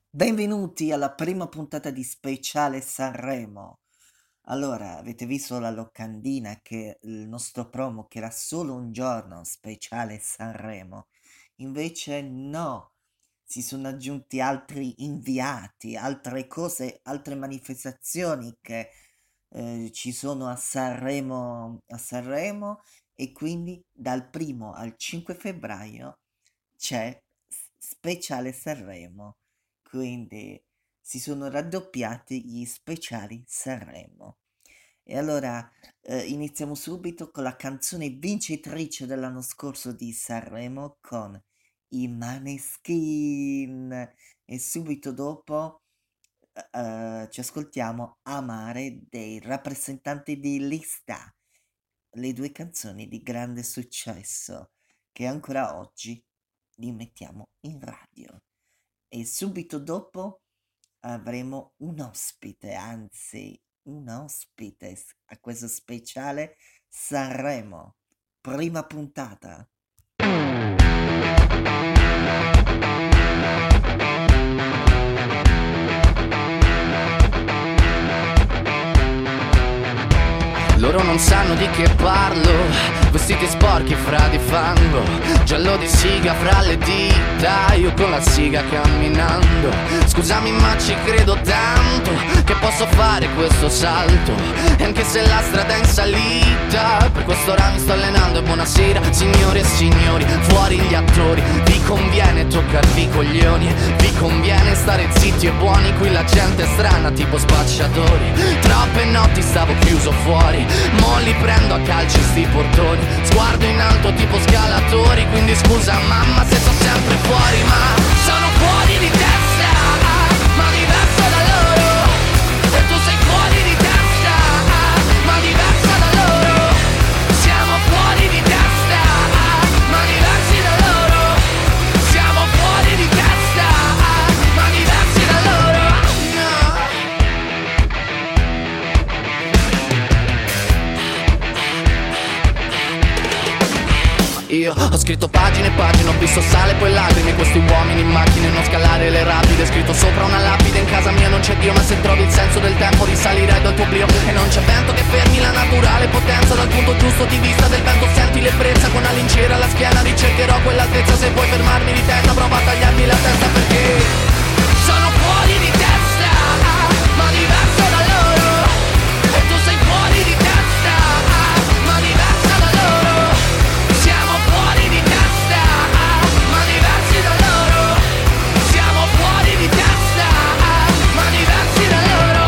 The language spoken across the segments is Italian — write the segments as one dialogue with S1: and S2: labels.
S1: Benvenuti alla prima puntata di Speciale Sanremo. Allora, avete visto la locandina che il nostro promo che era solo un giorno Speciale Sanremo. Invece no, si sono aggiunti altri inviati, altre cose, altre manifestazioni che ci sono a Sanremo e quindi dal 1° al 5 febbraio c'è Speciale Sanremo. Quindi si sono raddoppiati gli speciali Sanremo. E allora iniziamo subito con la canzone vincitrice dell'anno scorso di Sanremo con i Maneskin. E subito dopo ci ascoltiamo Amare dei rappresentanti di Lista, le due canzoni di grande successo che ancora oggi li mettiamo in radio. E subito dopo avremo un ospite, anzi un ospite a questo speciale Sanremo, prima puntata.
S2: Loro non sanno di che parlo, vestiti sporchi fra di fango, giallo di siga fra le dita, io con la siga camminando. Scusami ma ci credo tanto, che posso fare questo salto, e anche se la strada è in salita, per quest'ora mi sto allenando e buonasera signore e signori, fuori gli attori, vi conviene toccarvi i coglioni, vi conviene stare zitti e buoni, qui la gente è strana tipo spacciatori, troppe notti stavo chiuso fuori, mo li prendo a calci sti portoni, sguardo in alto tipo scalatori, quindi scusa mamma se sto sempre fuori, ma sono fuori di testa, ma diverso da loro, e tu sei fuori di testa, ma diversa da loro, siamo fuori di testa, ma diversi da loro, siamo fuori di testa, ma diversi da loro, no. Io ho scritto pagine e pagine, ho visto sale poi lacrime, questi uomini in macchine, non scalare le rapide, scritto sopra una lapide, in casa mia non c'è Dio, ma se trovi il senso del tempo risalirai dal tuo oblio, e non c'è vento che fermi la naturale potenza, dal punto giusto di vista del vento senti l'ebbrezza, con la lincera alla schiena ricercherò quell'altezza, se vuoi fermarmi di testa prova a tagliarmi la testa, perché sono fuori di testa, ma diverso da loro, e tu sei fuori di testa, ma diversa da loro, siamo fuori di testa, ma diversi da loro, siamo fuori di testa, ma diversi da loro.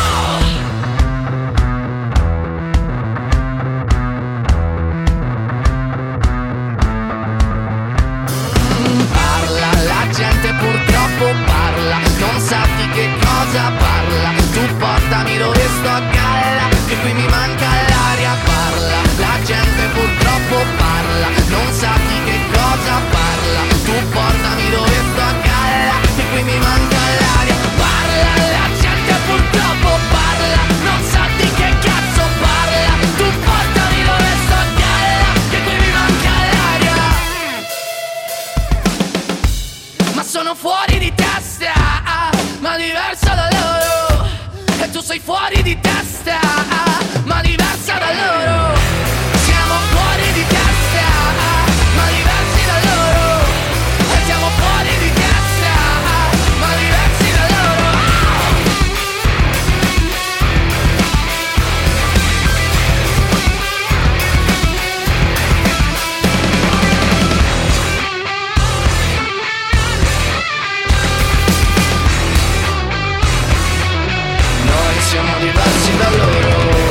S2: Parla, la gente purtroppo parla, non sa di che cosa parla, tu portami dove sto a galla, che qui mi manca l'aria, parla, la gente purtroppo parla, non sa di che cosa parla, tu portami dove sto a galla, che qui mi manca l'aria, parla, la gente purtroppo parla, non sa di che cazzo parla, tu portami dove sto a galla, che qui mi manca l'aria, ma sono fuori di testa, ma diversa da loro, e tu sei fuori di testa, ma diversa da loro, siamo fuori di testa, ma diversi da loro, e siamo fuori di testa, ma diversi da loro. Noi siamo diversi da loro.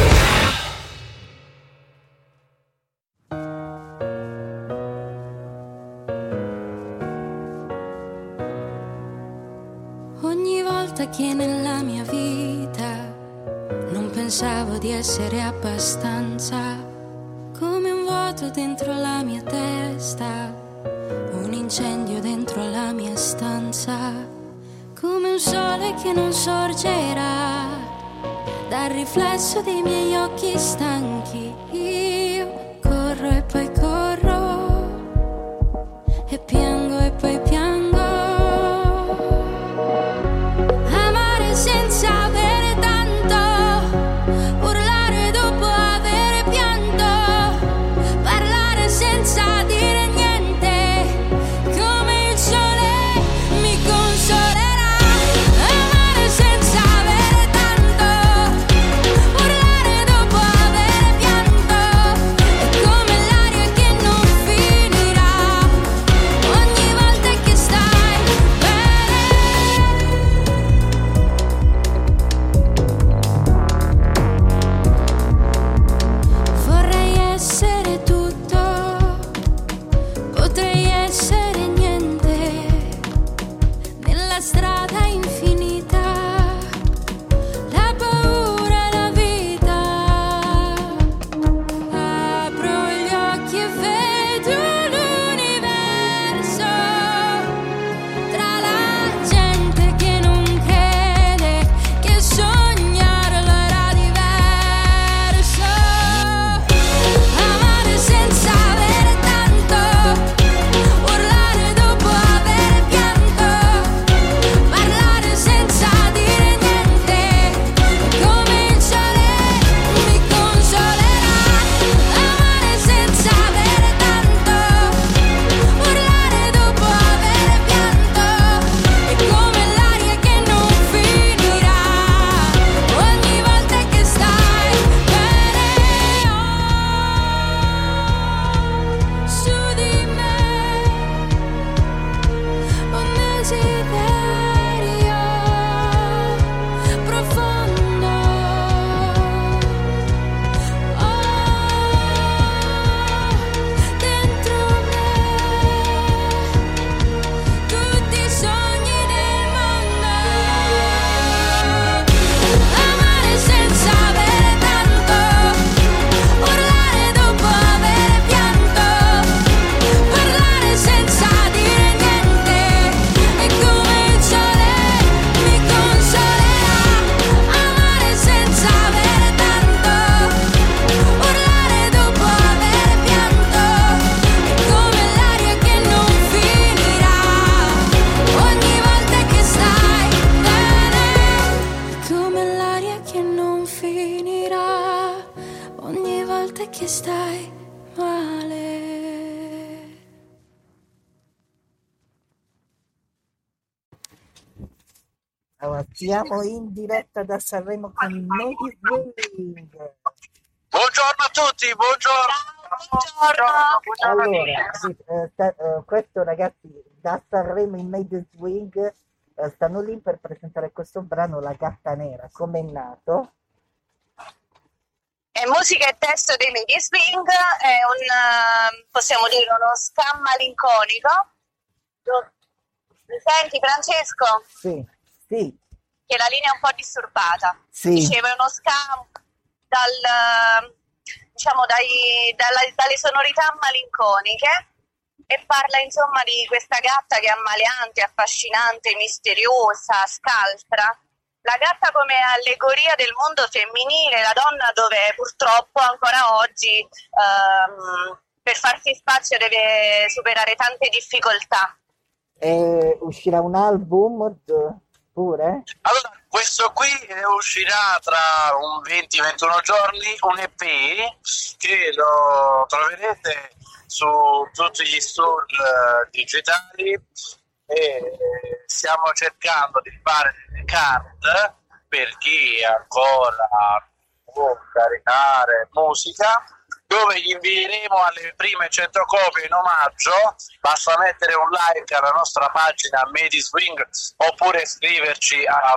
S3: Ogni volta che nella mia vita non pensavo di essere abbastanza, come un vuoto dentro la mia testa, un incendio dentro la mia stanza, come un sole che non sorgerà dal riflesso dei miei occhi stanchi. Io corro e poi corro, e piango e poi piango. la strada è infinita, la paura è la vita. Apro gli occhi e vedo l'universo, tra la gente che non crede che sognarlo era diverso. Amare senza avere tanto, urlare dopo aver pianto, parlare senza dire niente, come il sole mi consolerà. Amare senza avere tanto, urlare dopo aver pianto, è come l'aria che non finirà, ogni volta che stai bene. Su di me un desiderio profondo, dentro me tutti i sogni del mondo. Amare senza avere tanto, urlare dopo aver pianto, parlare senza dire niente, è come il sole mi consolerà. Amare senza avere tanto, urlare dopo aver pianto, è come l'aria che non finirà, ogni volta che stai bene. È come l'aria che non finirà, ogni volta che stai male.
S1: Allora, siamo in diretta da Sanremo con i Ladies Wing.
S4: Buongiorno a tutti, buongiorno.
S1: Allora, sì, questo ragazzi da Sanremo i Ladies Wing stanno lì per presentare questo brano La gatta nera. Come è nato?
S5: È musica e testo dei Ladies Wing, è possiamo dire uno scam malinconico. Mi senti, Francesco?
S1: Sì, sì,
S5: Che la linea è un po' disturbata.
S1: sì.
S5: Dicevo, è uno scam dalle sonorità malinconiche, e parla insomma di questa gatta che è ammaleante, affascinante, misteriosa, scaltra. La gatta come allegoria del mondo femminile, la donna dove purtroppo ancora oggi per farsi spazio deve superare tante difficoltà.
S1: E uscirà un album pure?
S4: Allora, questo qui uscirà tra un 20-21 giorni, un EP che lo troverete su tutti gli store digitali, e stiamo cercando di fare delle card per chi ancora può caricare musica, dove gli invieremo alle prime 100 copie in omaggio. Basta mettere un like alla nostra pagina Mediswing oppure scriverci a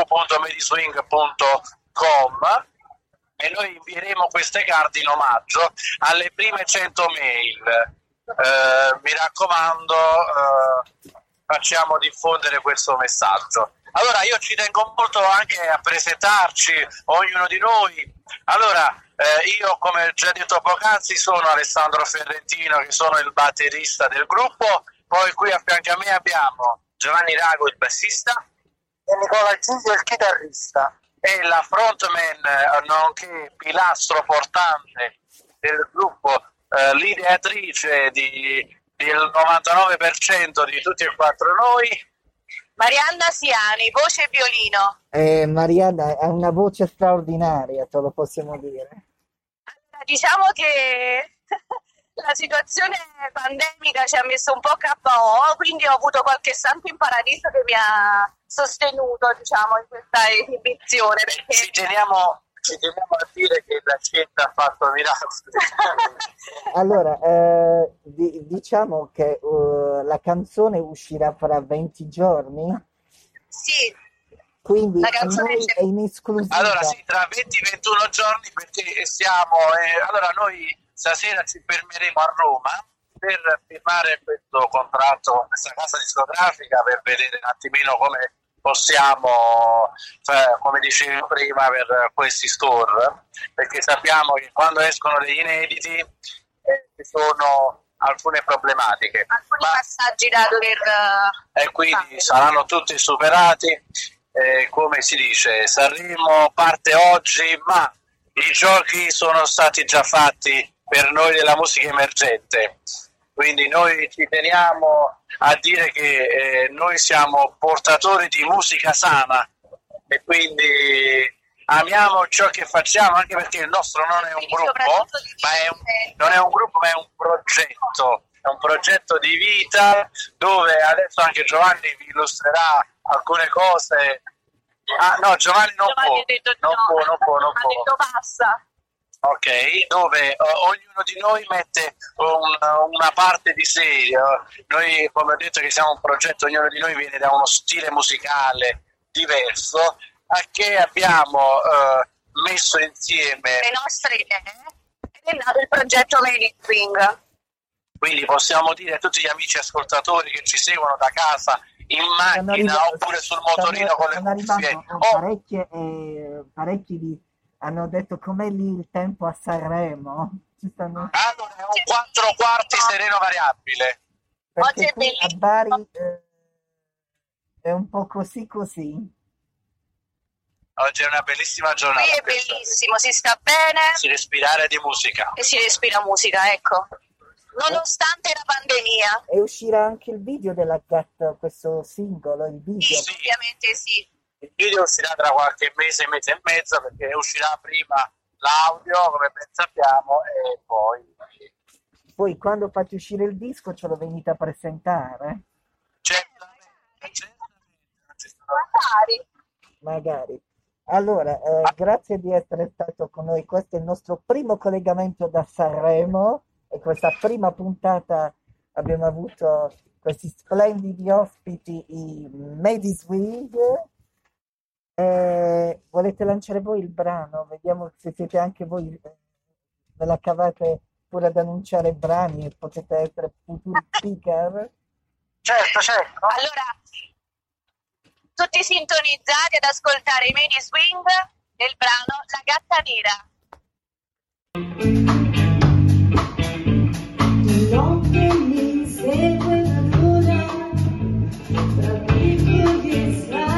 S4: www.mediswing.com e noi invieremo queste card in omaggio alle prime 100 mail. Mi raccomando, facciamo diffondere questo messaggio. Allora, io ci tengo molto anche a presentarci, ognuno di noi. Allora, io, come già detto poc'anzi, sono Alessandro Ferrentino, che sono il batterista del gruppo. Poi qui a fianco a me abbiamo Giovanni Rago, il bassista, e Nicola Giglio, il chitarrista, e la frontman, nonché pilastro portante del gruppo, l'ideatrice del 99% di tutti e quattro noi,
S5: Marianna Siani, voce e violino.
S1: Marianna ha una voce straordinaria, te lo possiamo dire.
S5: Diciamo che la situazione pandemica ci ha messo un po' KO, quindi ho avuto qualche santo in paradiso che mi ha sostenuto, diciamo, in questa esibizione. Perché
S4: ci teniamo a dire che la scelta ha fatto miracoli.
S1: Allora, diciamo che la canzone uscirà fra 20 giorni,
S5: sì,
S1: quindi
S5: la
S1: a
S5: canzone
S1: noi
S5: c'è.
S1: è in esclusiva.
S4: Allora sì, tra 20-21 giorni, perché siamo allora noi stasera ci fermeremo a Roma, per firmare questo contratto con questa casa discografica, per vedere un attimino come possiamo, come dicevo prima, per questi store, perché sappiamo che quando escono degli inediti ci sono alcune problematiche,
S5: alcuni passaggi da dover
S4: e quindi saranno tutti superati. Come si dice, Sanremo parte oggi, ma i giochi sono stati già fatti per noi della musica emergente, quindi noi ci teniamo a dire che noi siamo portatori di musica sana e quindi amiamo ciò che facciamo, anche perché il nostro non è un gruppo, non è un gruppo, ma è un progetto di vita, dove adesso anche Giovanni vi illustrerà alcune cose. Ah no, Giovanni non può,
S5: ha detto
S4: non può.
S5: Ha detto basta.
S4: Ok, dove ognuno di noi mette una parte di sé. Noi, come ho detto, che siamo un progetto, ognuno di noi viene da uno stile musicale diverso, a che abbiamo messo insieme
S5: le nostre idee, ed è nato il progetto Made in Swing.
S4: Quindi possiamo dire a tutti gli amici ascoltatori che ci seguono da casa, in macchina oppure sul motorino con le cuffie.
S1: Parecchi hanno detto com'è lì il tempo a Sanremo.
S4: Allora è un 4 quarti sereno variabile.
S5: Oggi è
S1: Perché qui a
S5: bellissimo.
S1: Bari è un po' così così.
S4: Oggi è una bellissima giornata.
S5: Qui è bellissimo, si sta bene
S4: Si respira aria di musica.
S5: e si respira musica, ecco. Nonostante la pandemia.
S1: E uscirà anche il video della gatta, questo singolo, il video.
S5: Sì, ovviamente sì.
S4: Il video uscirà tra qualche mese e mezzo, perché uscirà prima l'audio, come ben sappiamo, e poi
S1: Poi quando fate uscire il disco ce lo venite a presentare?
S4: certamente.
S1: Magari. Allora, grazie di essere stato con noi. Questo è il nostro primo collegamento da Sanremo e questa prima puntata abbiamo avuto questi splendidi ospiti, i Made in Swing. Volete lanciare voi il brano? Vediamo se siete anche voi, ve la cavate pure ad annunciare brani e potete essere futuri speaker.
S4: Certo.
S5: Allora, tutti sintonizzati ad ascoltare i Made in Swing del brano La gatta nera.
S6: Di notte mi segue la luna, tra piccoli strati.